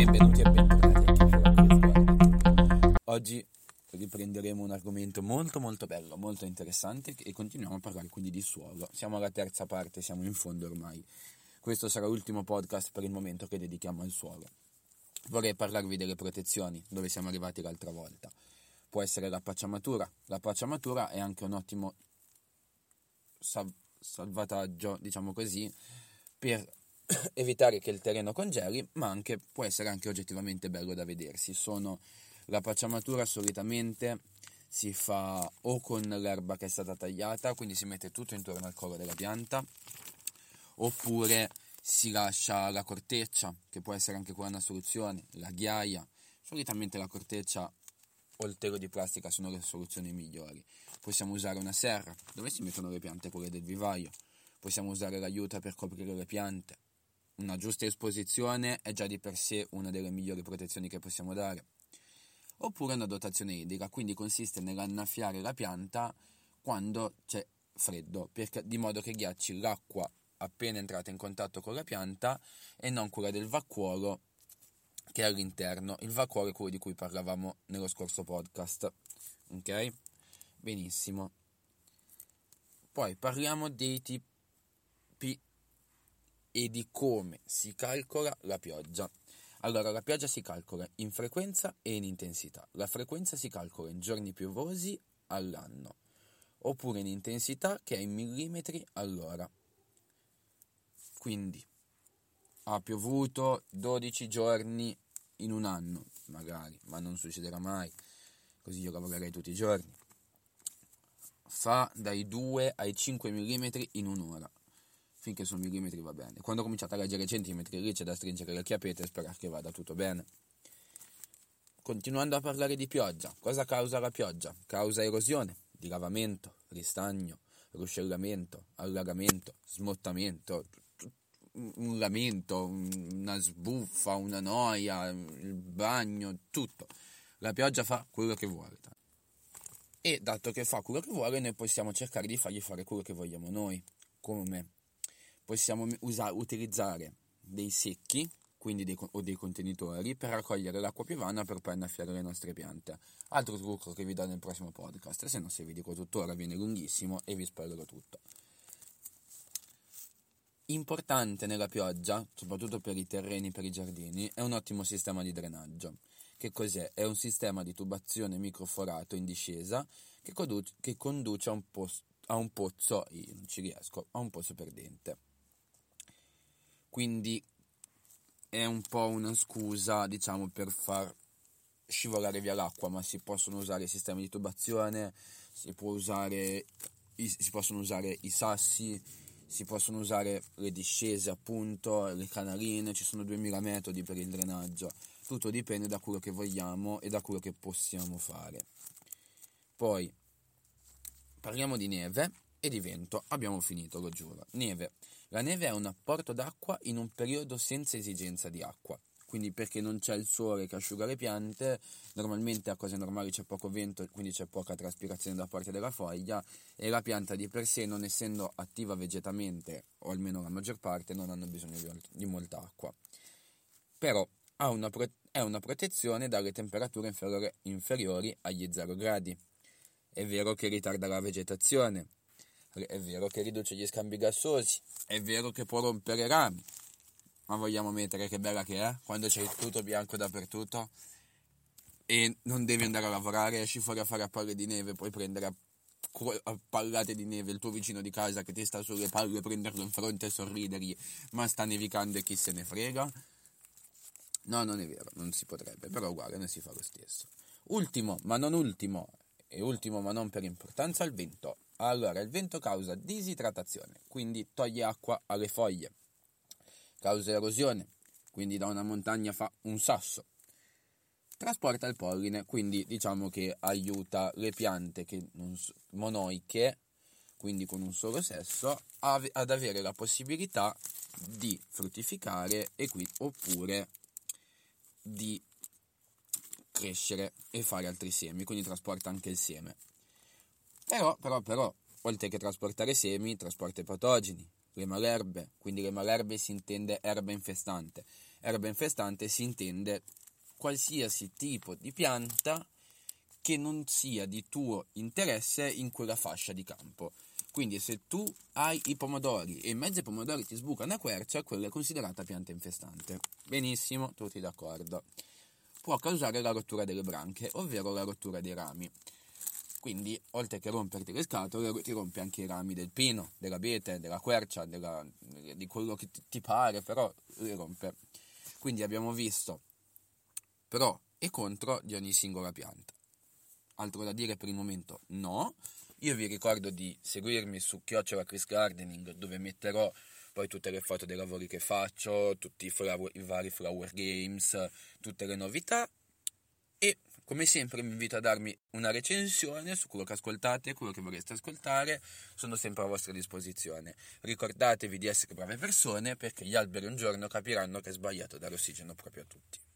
Benvenuti e bentornati a Chiacchiere. Oggi riprenderemo un argomento molto bello, molto interessante e continuiamo a parlare quindi di suolo. Siamo alla terza parte, siamo in fondo ormai. Questo sarà l'ultimo podcast per il momento che dedichiamo al suolo. Vorrei parlarvi delle protezioni, dove siamo arrivati l'altra volta. Può essere la pacciamatura. La pacciamatura è anche un ottimo salvataggio, diciamo così, per evitare che il terreno congeli, ma anche può essere anche oggettivamente bello da vedersi. La pacciamatura solitamente si fa o con l'erba che è stata tagliata, quindi si mette tutto intorno al collo della pianta, oppure si lascia la corteccia, che può essere anche quella una soluzione, la ghiaia. Solitamente la corteccia o il telo di plastica sono le soluzioni migliori. Possiamo usare una serra, dove si mettono le piante, quelle del vivaio. Possiamo usare l'aiuta per coprire le piante. Una giusta esposizione è già di per sé una delle migliori protezioni che possiamo dare. Oppure una dotazione idrica, quindi consiste nell'annaffiare la pianta quando c'è freddo, di modo che ghiacci l'acqua appena entrata in contatto con la pianta e non quella del vacuolo che è all'interno. Il vacuolo è quello di cui parlavamo nello scorso podcast. Ok? Benissimo. Poi parliamo dei tipi e di come si calcola la pioggia. Allora, la pioggia si calcola in frequenza e in intensità. La frequenza si calcola in giorni piovosi all'anno, oppure in intensità, che è in millimetri all'ora. Quindi ha piovuto 12 giorni in un anno, magari, ma non succederà mai, così io lavorerei tutti i giorni. Fa dai 2 ai 5 millimetri in un'ora. Finché sono millimetri va bene. Quando cominciate a leggere centimetri, lì c'è da stringere le chiappette e sperare che vada tutto bene. Continuando a parlare di pioggia, cosa causa la pioggia? Causa erosione, dilavamento, ristagno, ruscellamento, allagamento, smottamento, un lamento, una sbuffa, una noia, il bagno, tutto. La pioggia fa quello che vuole. E dato che fa quello che vuole, noi possiamo cercare di fargli fare quello che vogliamo noi. Come? Possiamo utilizzare dei secchi, quindi dei contenitori, per raccogliere l'acqua piovana per poi annaffiare le nostre piante. Altro trucco che vi do nel prossimo podcast, se no se vi dico tuttora viene lunghissimo e vi spoilerò tutto. Importante nella pioggia, soprattutto per i terreni, per i giardini, è un ottimo sistema di drenaggio. Che cos'è? È un sistema di tubazione microforato in discesa che conduce a un pozzo, io non ci riesco, a un pozzo perdente. Quindi è un po' una scusa, diciamo, per far scivolare via l'acqua, ma si possono usare i sistemi di tubazione, si possono usare i sassi, si possono usare le discese, appunto, le canaline, ci sono 2000 metodi per il drenaggio. Tutto dipende da quello che vogliamo e da quello che possiamo fare. Poi parliamo di neve e di vento. Abbiamo finito, lo giuro. Neve. La neve è un apporto d'acqua in un periodo senza esigenza di acqua. Quindi perché non c'è il sole che asciuga le piante, normalmente a cose normali c'è poco vento, quindi c'è poca traspirazione da parte della foglia e la pianta di per sé, non essendo attiva vegetamente, o almeno la maggior parte, non hanno bisogno di molta acqua. Però è una protezione dalle temperature inferiori agli 0 gradi. È vero che ritarda la vegetazione, è vero che riduce gli scambi gassosi, è vero che può rompere rami, ma vogliamo mettere che bella che è, quando c'è tutto bianco dappertutto e non devi andare a lavorare, esci fuori a fare a palle di neve, puoi prendere a pallate di neve il tuo vicino di casa che ti sta sulle palle, prenderlo in fronte e sorridergli, ma sta nevicando e chi se ne frega. No, non è vero, non si potrebbe, però uguale, non si fa lo stesso. Ultimo, ma non ultimo, e ultimo ma non per importanza, il vento. Allora, il vento causa disidratazione, quindi toglie acqua alle foglie. Causa erosione, quindi da una montagna fa un sasso. Trasporta il polline, quindi diciamo che aiuta le piante monoiche, quindi con un solo sesso, ad avere la possibilità di fruttificare oppure di crescere e fare altri semi, quindi trasporta anche il seme. Però, oltre che trasportare semi, trasporta i patogeni, le malerbe, quindi le malerbe si intende erba infestante. Erba infestante si intende qualsiasi tipo di pianta che non sia di tuo interesse in quella fascia di campo. Quindi se tu hai i pomodori e in mezzo ai pomodori ti sbuca una quercia, quella è considerata pianta infestante. Benissimo, tutti d'accordo. Può causare la rottura delle branche, ovvero la rottura dei rami. Quindi, oltre che romperti le scatole, ti rompe anche i rami del pino, dell'abete, della quercia, di quello che ti pare, però li rompe. Quindi abbiamo visto pro e contro di ogni singola pianta. Altro da dire per il momento no. Io vi ricordo di seguirmi su @ChrisGardening, dove metterò poi tutte le foto dei lavori che faccio, tutti i vari flower games, tutte le novità, e come sempre vi invito a darmi una recensione su quello che ascoltate, quello che vorreste ascoltare, sono sempre a vostra disposizione. Ricordatevi di essere brave persone, perché gli alberi un giorno capiranno che è sbagliato dare ossigeno proprio a tutti.